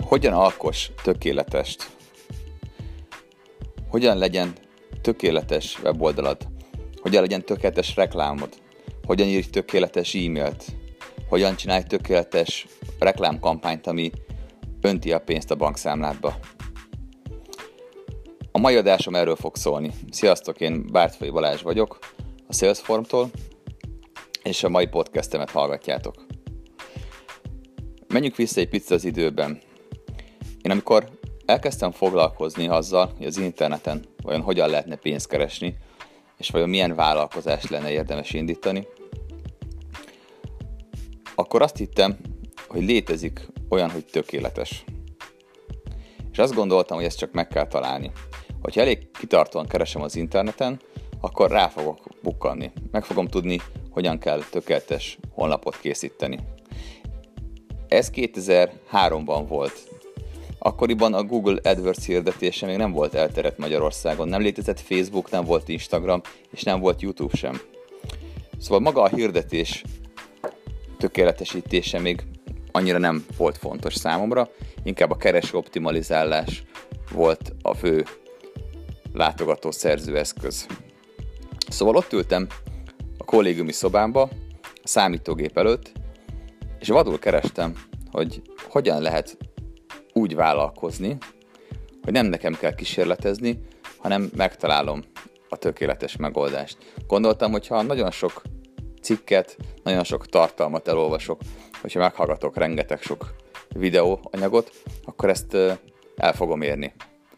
Hogyan alkoss tökéletest? Hogyan legyen tökéletes weboldalad? Hogyan legyen tökéletes reklámod? Hogyan írj tökéletes e-mailt? Hogyan csinálj tökéletes reklámkampányt, ami önti a pénzt a bankszámládba? A mai adásom erről fog szólni. Sziasztok, én Bártfai Balázs vagyok, a Salesforce-tól, és a mai podcastemet hallgatjátok. Menjünk vissza egy picit az időben. Én amikor elkezdtem foglalkozni azzal, hogy az interneten vajon hogyan lehetne pénzt keresni, és vajon milyen vállalkozást lenne érdemes indítani, akkor azt hittem, hogy létezik olyan, hogy tökéletes. És azt gondoltam, hogy ezt csak meg kell találni. Hogyha elég kitartóan keresem az interneten, akkor rá fogok bukkanni. Meg fogom tudni, hogyan kell tökéletes honlapot készíteni. Ez 2003-ban volt. Akkoriban a Google AdWords hirdetése még nem volt elterjedt Magyarországon. Nem létezett Facebook, nem volt Instagram, és nem volt YouTube sem. Szóval maga a hirdetés tökéletesítése még annyira nem volt fontos számomra, inkább a kereső optimalizálás volt a fő látogató szerzőeszköz. Szóval ott ültem a kollégiumi szobámba, a számítógép előtt, és vadul kerestem, hogy hogyan lehet úgy vállalkozni, hogy nem nekem kell kísérletezni, hanem megtalálom a tökéletes megoldást. Gondoltam, hogyha nagyon sok cikket, nagyon sok tartalmat elolvasok, hogyha meghallgatok rengeteg sok videóanyagot, akkor ezt el fogom érni.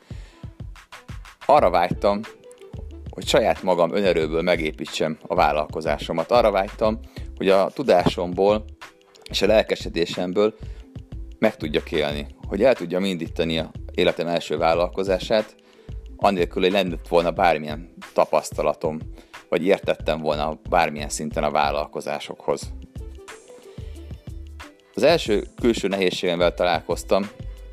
Arra vágytam, hogy saját magam önerőből megépítsem a vállalkozásomat. Arra vágytam, hogy a tudásomból és a lelkesedésemből meg tudjak élni, hogy el tudjam indítani a életem első vállalkozását, anélkül, hogy lett volna bármilyen tapasztalatom, vagy értettem volna bármilyen szinten a vállalkozásokhoz. Az első külső nehézségemmel találkoztam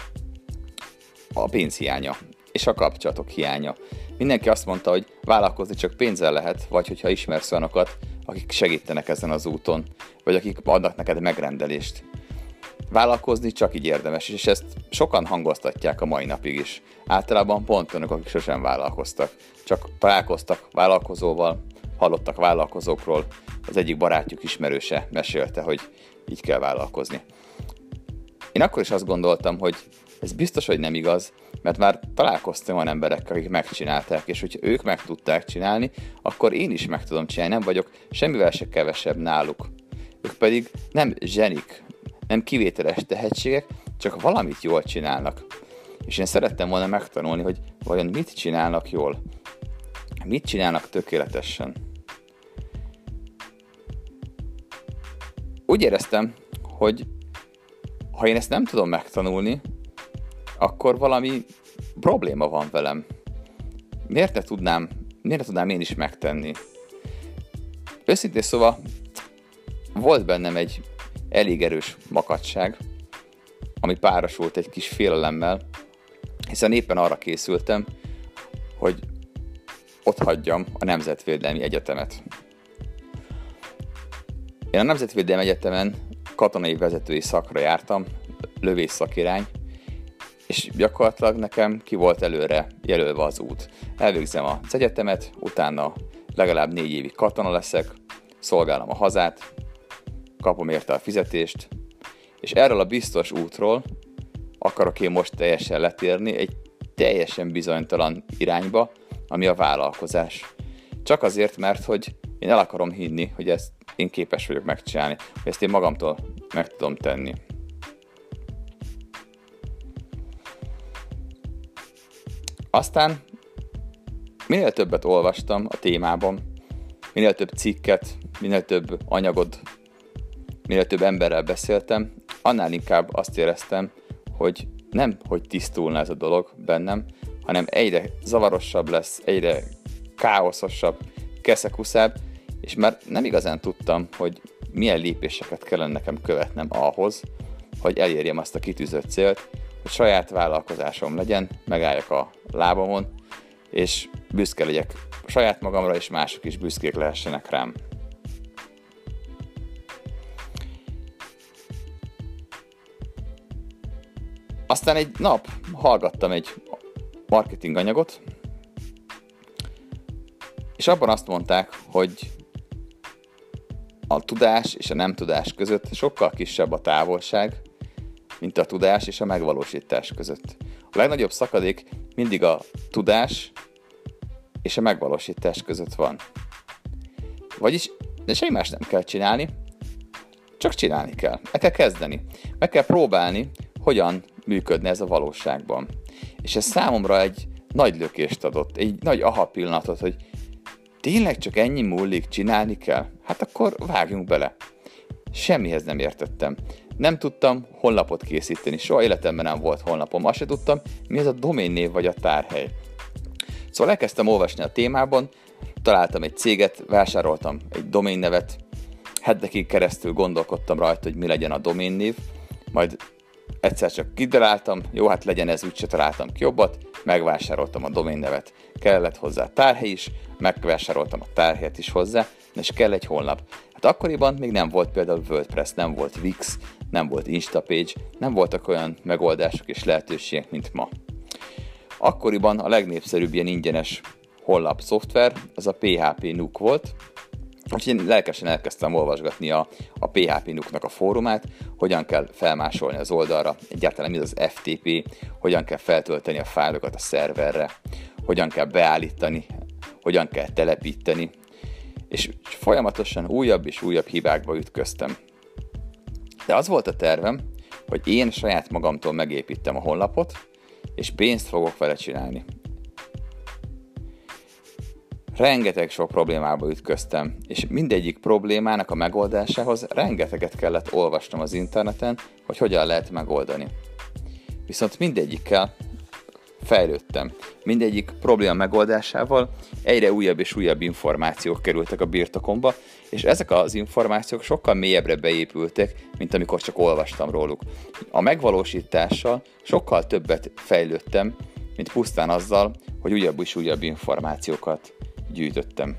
a pénz hiánya és a kapcsolatok hiánya. Mindenki azt mondta, hogy vállalkozni csak pénzzel lehet, vagy hogyha ismersz olyanokat, akik segítenek ezen az úton, vagy akik adnak neked megrendelést. Vállalkozni csak így érdemes, és ezt sokan hangoztatják a mai napig is. Általában pont önök, akik sosem vállalkoztak. Csak találkoztak vállalkozóval, hallottak vállalkozókról, az egyik barátjuk ismerőse mesélte, hogy így kell vállalkozni. Én akkor is azt gondoltam, hogy ez biztos, hogy nem igaz, mert már találkoztam olyan emberekkel, akik megcsinálták, és hogyha ők meg tudták csinálni, akkor én is meg tudom csinálni, nem vagyok semmivel se kevesebb náluk. Ők pedig nem zsenik, nem kivételes tehetségek, csak valamit jól csinálnak. És én szerettem volna megtanulni, hogy vajon mit csinálnak jól, mit csinálnak tökéletesen. Úgy éreztem, hogy ha én ezt nem tudom megtanulni, akkor valami probléma van velem. Miért ne tudnám én is megtenni? Őszintén szóval volt bennem egy elég erős makacság, ami párosult egy kis félelemmel, hiszen éppen arra készültem, hogy ott hagyjam a Nemzetvédelmi Egyetemet. Én a Nemzetvédelmi Egyetemen katonai vezetői szakra jártam, lövész szakirány, és gyakorlatilag nekem ki volt előre jelölve az út. Elvégzem az egyetemet, utána legalább 4 évig katona leszek, szolgálom a hazát, kapom érte a fizetést, és erről a biztos útról akarok én most teljesen letérni egy teljesen bizonytalan irányba, ami a vállalkozás. Csak azért, mert hogy én el akarom hinni, hogy ezt én képes vagyok megcsinálni, hogy ezt én magamtól meg tudom tenni. Aztán minél többet olvastam a témában, minél több cikket, minél több anyagot, minél több emberrel beszéltem, annál inkább azt éreztem, hogy nem, hogy tisztulna ez a dolog bennem, hanem egyre zavarosabb lesz, egyre káoszosabb, keszekuszább, és már nem igazán tudtam, hogy milyen lépéseket kellene nekem követnem ahhoz, hogy elérjem azt a kitűzött célt, hogy saját vállalkozásom legyen, megálljak a lábamon, és büszke legyek saját magamra, és mások is büszkék lehessenek rám. Aztán egy nap hallgattam egy marketing anyagot, és abban azt mondták, hogy a tudás és a nem tudás között sokkal kisebb a távolság, mint a tudás és a megvalósítás között. A legnagyobb szakadék mindig a tudás és a megvalósítás között van. Vagyis, de semmi más nem kell csinálni, csak csinálni kell. Meg kell kezdeni. Meg kell próbálni, hogyan működne ez a valóságban. És ez számomra egy nagy lökést adott, egy nagy aha pillanatot, hogy tényleg csak ennyi múlik, csinálni kell? Hát akkor vágjunk bele. Semmihez nem értettem. Nem tudtam honlapot készíteni, soha életemben nem volt honlapom. Azt se tudtam, mi ez a doménnév vagy a tárhely. Szóval elkezdtem olvasni a témában, találtam egy céget, vásároltam egy doménnevet, hetekig keresztül gondolkodtam rajta, hogy mi legyen a doménnév, majd egyszer csak kitaláltam, jó, hát legyen ez, úgyse találtam ki jobbat, megvásároltam a doménnevet. Kellett hozzá tárhely is, megvásároltam a tárhelyet is hozzá, és kell egy honlap. Hát akkoriban még nem volt például WordPress, nem volt Wix, nem volt Instapage, nem voltak olyan megoldások és lehetőségek, mint ma. Akkoriban a legnépszerűbb ilyen ingyenes honlap szoftver, az a PHP Nook volt, úgyhogy én lelkesen elkezdtem olvasgatni a PHP Nooknak a fórumát, hogyan kell felmásolni az oldalra, egyáltalán mi az FTP, hogyan kell feltölteni a fájlokat a szerverre, hogyan kell beállítani, hogyan kell telepíteni, és folyamatosan újabb és újabb hibákba ütköztem. De az volt a tervem, hogy én saját magamtól megépítem a honlapot, és pénzt fogok vele csinálni. Rengeteg sok problémába ütköztem, és mindegyik problémának a megoldásához rengeteget kellett olvasnom az interneten, hogy hogyan lehet megoldani. Viszont mindegyikkel fejlődtem. Mindegyik probléma megoldásával egyre újabb és újabb információk kerültek a birtokomba, és ezek az információk sokkal mélyebbre beépültek, mint amikor csak olvastam róluk. A megvalósítással sokkal többet fejlődtem, mint pusztán azzal, hogy újabb és újabb információkat gyűjtöttem.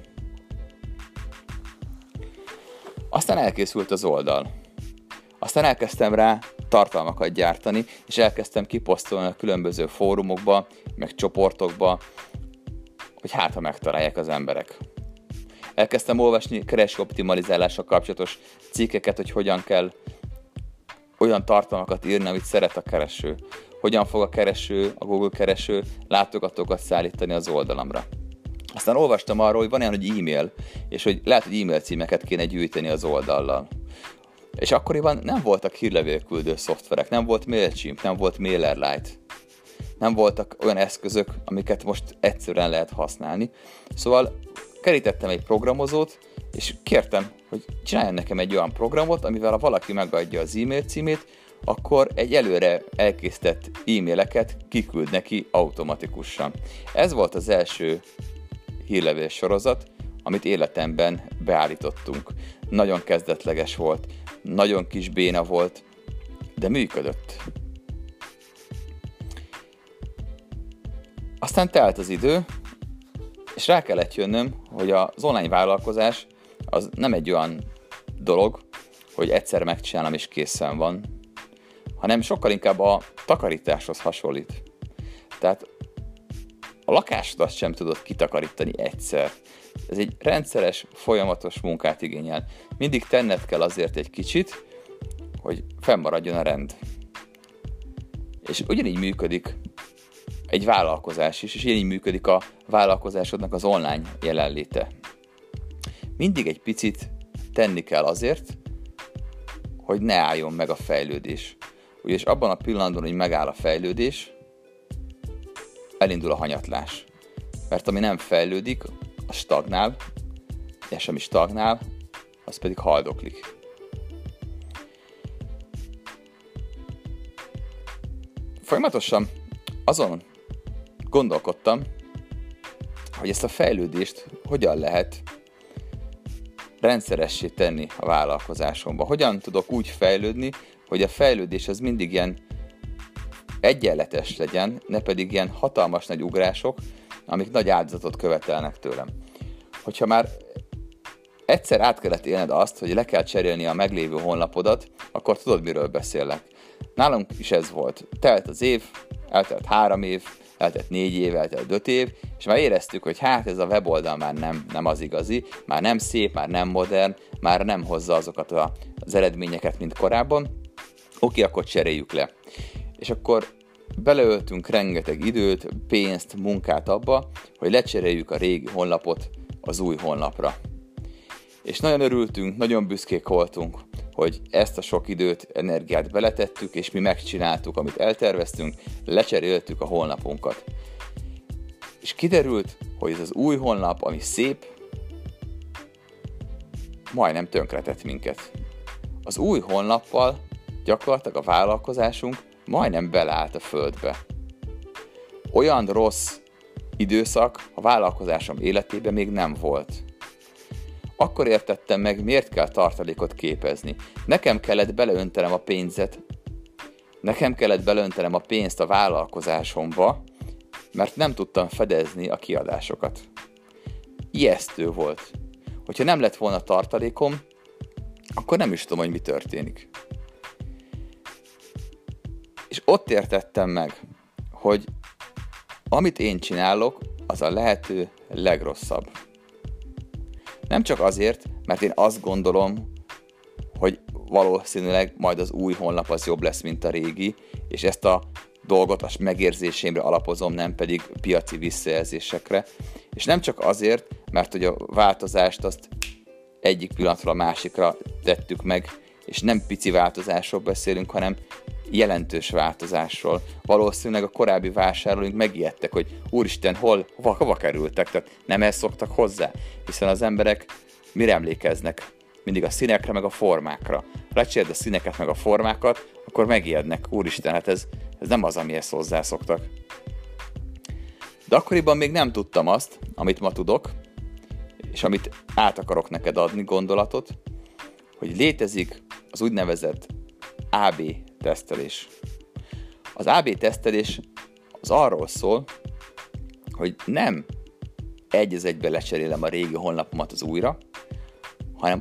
Aztán elkészült az oldal. Aztán elkezdtem rá tartalmakat gyártani, és elkezdtem kiposztolni a különböző fórumokba, meg csoportokba, hogy hát, ha megtalálják az emberek. Elkezdtem olvasni keresőoptimalizálással kapcsolatos cikkeket, hogy hogyan kell olyan tartalmakat írni, amit szeret a kereső. Hogyan fog a kereső, a Google kereső látogatókat szállítani az oldalamra. Aztán olvastam arról, hogy van olyan, hogy e-mail, és hogy lehet, hogy e-mail címeket kéne gyűjteni az oldallal. És akkoriban nem voltak hírlevélküldő szoftverek, nem volt Mailchimp, nem volt MailerLite. Nem voltak olyan eszközök, amiket most egyszerűen lehet használni. Szóval kerítettem egy programozót, és kértem, hogy csináljon nekem egy olyan programot, amivel ha valaki megadja az e-mail címét, akkor egy előre elkészített e-maileket kiküld neki automatikusan. Ez volt az első hírlevél sorozat, amit életemben beállítottunk. Nagyon kezdetleges volt, nagyon kis béna volt, de működött. Aztán telt az idő, és rá kellett jönnöm, hogy az online vállalkozás az nem egy olyan dolog, hogy egyszer megcsinálom és készen van, hanem sokkal inkább a takarításhoz hasonlít. Tehát a lakásodat sem tudod kitakarítani egyszer. Ez egy rendszeres, folyamatos munkát igényel. Mindig tenned kell azért egy kicsit, hogy fennmaradjon a rend. És ugyanígy működik egy vállalkozás is, és így működik a vállalkozásodnak az online jelenléte. Mindig egy picit tenni kell azért, hogy ne álljon meg a fejlődés. Ugyanis abban a pillanatban, hogy megáll a fejlődés, elindul a hanyatlás. Mert ami nem fejlődik, az stagnál, és ami stagnál, az pedig haldoklik. Folyamatosan azon gondolkodtam, hogy ezt a fejlődést hogyan lehet rendszeressé tenni a vállalkozásomba. Hogyan tudok úgy fejlődni, hogy a fejlődés az mindig ilyen egyenletes legyen, ne pedig ilyen hatalmas nagy ugrások, amik nagy áldozatot követelnek tőlem. Hogyha már egyszer át kellett élned azt, hogy le kell cserélni a meglévő honlapodat, akkor tudod, miről beszélek. Nálunk is ez volt. Telt az év, eltelt 3 év, eltelt 4 év, eltelt 5 év, és már éreztük, hogy hát ez a weboldal már nem az igazi, már nem szép, már nem modern, már nem hozza azokat az eredményeket, mint korábban. Oké, akkor cseréljük le. És akkor beleöltünk rengeteg időt, pénzt, munkát abba, hogy lecseréljük a régi honlapot az új honlapra. És nagyon örültünk, nagyon büszkék voltunk, hogy ezt a sok időt, energiát beletettük, és mi megcsináltuk, amit elterveztünk, lecseréltük a honlapunkat. És kiderült, hogy ez az új honlap, ami szép, majdnem tönkretett minket. Az új honlappal gyakorlatilag a vállalkozásunk majdnem beleállt a földbe. Olyan rossz időszak a vállalkozásom életében még nem volt. Akkor értettem meg, miért kell tartalékot képezni. Nekem kellett beleöntenem a pénzet, nekem kellett beleöntenem a pénzt a vállalkozásomba, mert nem tudtam fedezni a kiadásokat. Ijesztő volt. Hogyha nem lett volna tartalékom, akkor nem is tudom, hogy mi történik. És ott értettem meg, hogy amit én csinálok, az a lehető legrosszabb. Nem csak azért, mert én azt gondolom, hogy valószínűleg majd az új honlap az jobb lesz, mint a régi, és ezt a dolgot a megérzésémre alapozom, nem pedig piaci visszajelzésekre. És nem csak azért, mert hogy a változást azt egyik pillanatról a másikra tettük meg, és nem pici változásról beszélünk, hanem jelentős változásról. Valószínűleg a korábbi vásárlóink megijedtek, hogy úristen, hova kerültek, tehát nem ezt szoktak hozzá, hiszen az emberek mire emlékeznek? Mindig a színekre, meg a formákra. Lecseréld a színeket, meg a formákat, akkor megijednek, úristen, hát ez nem az, amihez hozzászoktak. De akkoriban még nem tudtam azt, amit ma tudok, és amit át akarok neked adni, gondolatot, hogy létezik az úgynevezett AB tesztelés. Az AB tesztelés az arról szól, hogy nem egy az egybe lecserélem a régi honlapomat az újra, hanem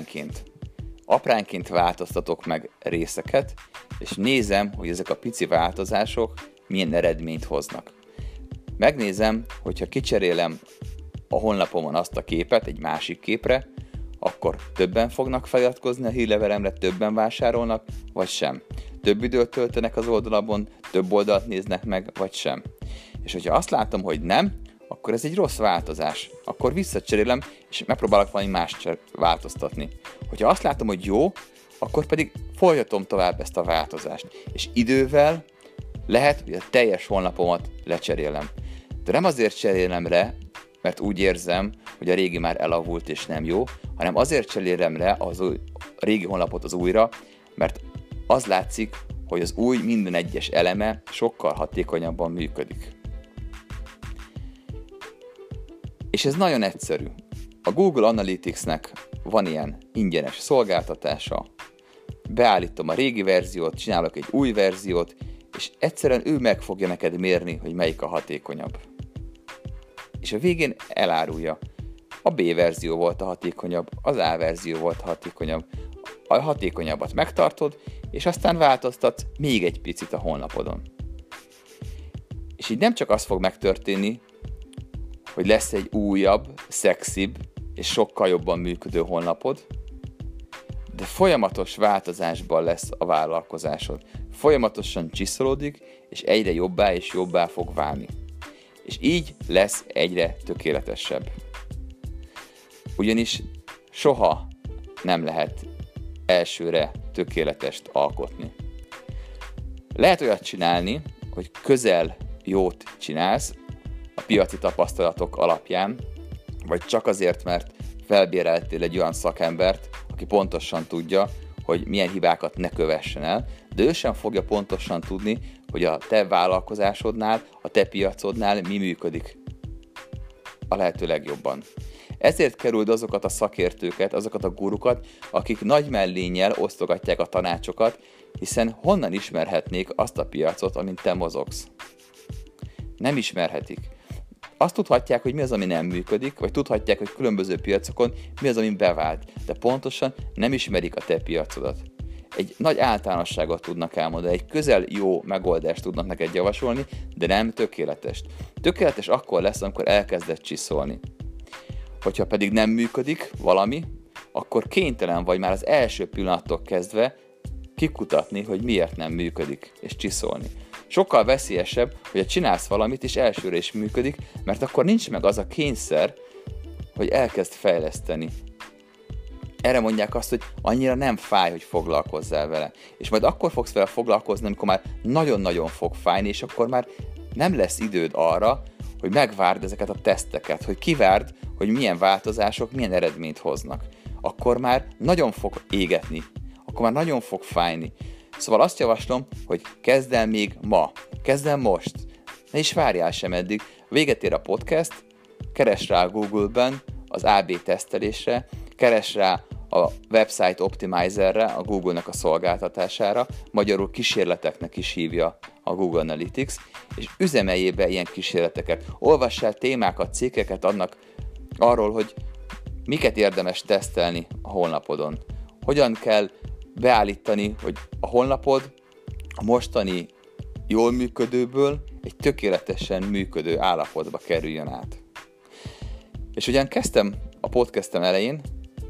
apránként változtatok meg részeket, és nézem, hogy ezek a pici változások milyen eredményt hoznak. Megnézem, hogyha kicserélem a honlapomon azt a képet egy másik képre, akkor többen fognak feliratkozni a hírlevelemre, többen vásárolnak, vagy sem. Több időt töltenek az oldalon, több oldalt néznek meg, vagy sem. És hogyha azt látom, hogy nem, akkor ez egy rossz változás. Akkor visszacserélem, és megpróbálok valami mást változtatni. Hogyha azt látom, hogy jó, akkor pedig folytatom tovább ezt a változást. És idővel lehet, hogy a teljes honlapomat lecserélem. De nem azért cserélem le, mert úgy érzem, hogy a régi már elavult és nem jó, hanem azért cserélem le a régi honlapot az újra, mert az látszik, hogy az új minden egyes eleme sokkal hatékonyabban működik. És ez nagyon egyszerű. A Google Analyticsnek van ilyen ingyenes szolgáltatása, beállítom a régi verziót, csinálok egy új verziót, és egyszerűen ő meg fogja neked mérni, hogy melyik a hatékonyabb. És a végén elárulja. A B verzió volt a hatékonyabb, az A verzió volt a hatékonyabb. A hatékonyabbat megtartod, és aztán változtatsz még egy picit a honlapodon. És így nem csak az fog megtörténni, hogy lesz egy újabb, szexibb és sokkal jobban működő honlapod, de folyamatos változásban lesz a vállalkozásod. Folyamatosan csiszolódik, és egyre jobbá és jobbá fog válni. És így lesz egyre tökéletesebb. Ugyanis soha nem lehet elsőre tökéletest alkotni. Lehet olyat csinálni, hogy közel jót csinálsz a piaci tapasztalatok alapján, vagy csak azért, mert felbéreltél egy olyan szakembert, aki pontosan tudja, hogy milyen hibákat ne kövessen el, de ő sem fogja pontosan tudni, hogy a te vállalkozásodnál, a te piacodnál mi működik a lehető legjobban. Ezért kerüld azokat a szakértőket, azokat a gurukat, akik nagy mellénnyel osztogatják a tanácsokat, hiszen honnan ismerhetnék azt a piacot, amin te mozogsz? Nem ismerhetik. Azt tudhatják, hogy mi az, ami nem működik, vagy tudhatják, hogy különböző piacokon mi az, ami bevált, de pontosan nem ismerik a te piacodat. egy nagy általánosságot tudnak elmondani, egy közel jó megoldást tudnak neked javasolni, de nem tökéletes. Tökéletes akkor lesz, amikor elkezded csiszolni. Hogyha pedig nem működik valami, akkor kénytelen vagy már az első pillanattól kezdve kikutatni, hogy miért nem működik, és csiszolni. Sokkal veszélyesebb, hogy csinálsz valamit, és elsőre is működik, mert akkor nincs meg az a kényszer, hogy elkezd fejleszteni. Erre mondják azt, hogy annyira nem fáj, hogy foglalkozzál vele. És majd akkor fogsz vele foglalkozni, amikor már nagyon-nagyon fog fájni, és akkor már nem lesz időd arra, hogy megvárd ezeket a teszteket, hogy kivárd, hogy milyen változások, milyen eredményt hoznak. Akkor már nagyon fog égetni, akkor már nagyon fog fájni. Szóval azt javaslom, hogy kezd el még ma, kezd el most, ne is várjál sem eddig. Véget ér a podcast, keresd rá a Google-ben az AB tesztelésre, keresd rá a Website Optimizerre, a Google-nak a szolgáltatására, magyarul kísérleteknek is hívja a Google Analytics, és üzemeljél be ilyen kísérleteket. Olvass el témákat, cikkeket adnak arról, hogy miket érdemes tesztelni a honlapodon. Hogyan kell beállítani, hogy a honlapod a mostani jól működőből egy tökéletesen működő állapotba kerüljön át. És ugyan kezdtem a podcastem elején,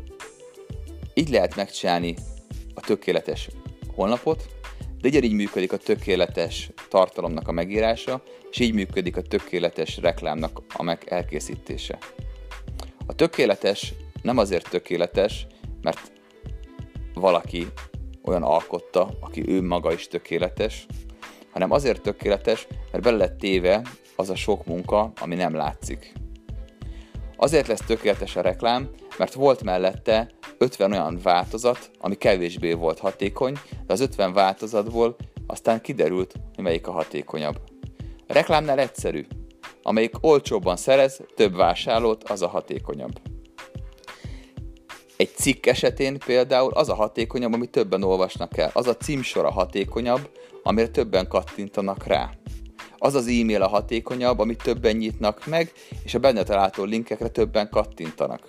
így lehet megcsinálni a tökéletes honlapot, de így működik a tökéletes tartalomnak a megírása, és így működik a tökéletes reklámnak a elkészítése. A tökéletes nem azért tökéletes, mert valaki olyan alkotta, aki ő maga is tökéletes, hanem azért tökéletes, mert bele lett téve az a sok munka, ami nem látszik. Azért lesz tökéletes a reklám, mert volt mellette 50 olyan változat, ami kevésbé volt hatékony, de az 50 változatból aztán kiderült, hogy melyik a hatékonyabb. A reklámnál egyszerű. Amelyik olcsóbban szerez, több vásárlót, az a hatékonyabb. Egy cikk esetén például az a hatékonyabb, amit többen olvasnak el. Az a címsor a hatékonyabb, amire többen kattintanak rá. Az az e-mail a hatékonyabb, amit többen nyitnak meg, és a benne található linkekre többen kattintanak.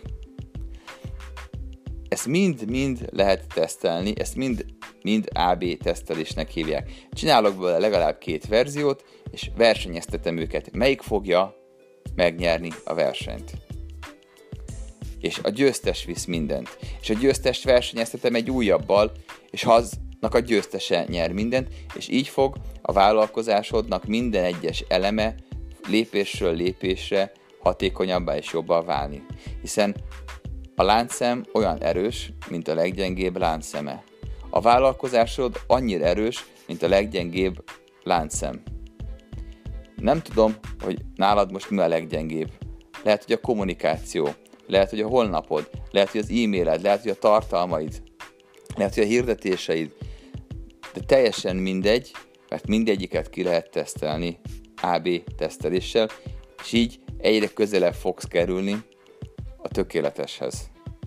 Ezt mind lehet tesztelni, ezt mind AB tesztelésnek hívják. Csinálok belőle legalább 2 verziót, és versenyeztetem őket. Melyik fogja megnyerni a versenyt? És a győztes visz mindent. És a győztest versenyeztetem egy újabbal, és aznak a győztese nyer mindent, és így fog a vállalkozásodnak minden egyes eleme lépésről lépésre hatékonyabbá és jobbá válni. Hiszen a láncszem olyan erős, mint a leggyengébb láncszeme. A vállalkozásod annyira erős, mint a leggyengébb láncszem. Nem tudom, hogy nálad most mi a leggyengébb. Lehet, hogy a kommunikáció, lehet, hogy a honlapod, lehet, hogy az e-mailed, lehet, hogy a tartalmaid, lehet, hogy a hirdetéseid, de teljesen mindegy, mert mindegyiket ki lehet tesztelni AB teszteléssel, és így egyre közelebb fogsz kerülni a tökéleteshez.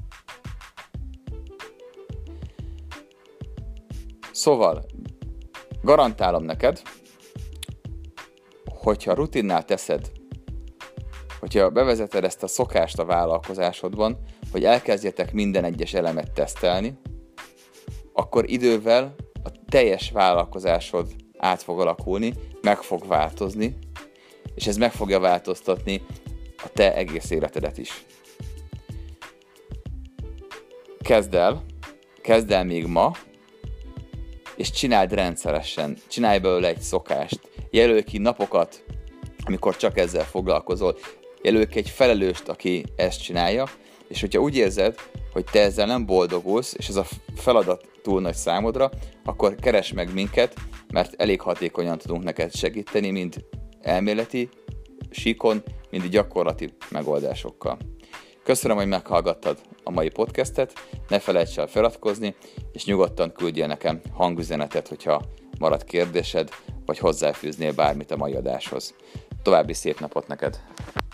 Szóval, garantálom neked, hogyha rutinnál teszed, hogyha bevezeted ezt a szokást a vállalkozásodban, hogy elkezdjetek minden egyes elemet tesztelni, akkor idővel a teljes vállalkozásod át fog alakulni, meg fog változni, és ez meg fogja változtatni a te egész életedet is. Kezd el még ma, és csináld rendszeresen, csinálj belőle egy szokást, jelölj ki napokat, amikor csak ezzel foglalkozol, jelölj ki egy felelőst, aki ezt csinálja, és hogyha úgy érzed, hogy te ezzel nem boldogulsz, és ez a feladat túl nagy számodra, akkor keresd meg minket, mert elég hatékonyan tudunk neked segíteni, mind elméleti síkon, mind gyakorlati megoldásokkal. Köszönöm, hogy meghallgattad a mai podcastet, ne felejts el feliratkozni, és nyugodtan küldjél nekem hangüzenetet, hogyha marad kérdésed, vagy hozzáfűznél bármit a mai adáshoz. További szép napot neked!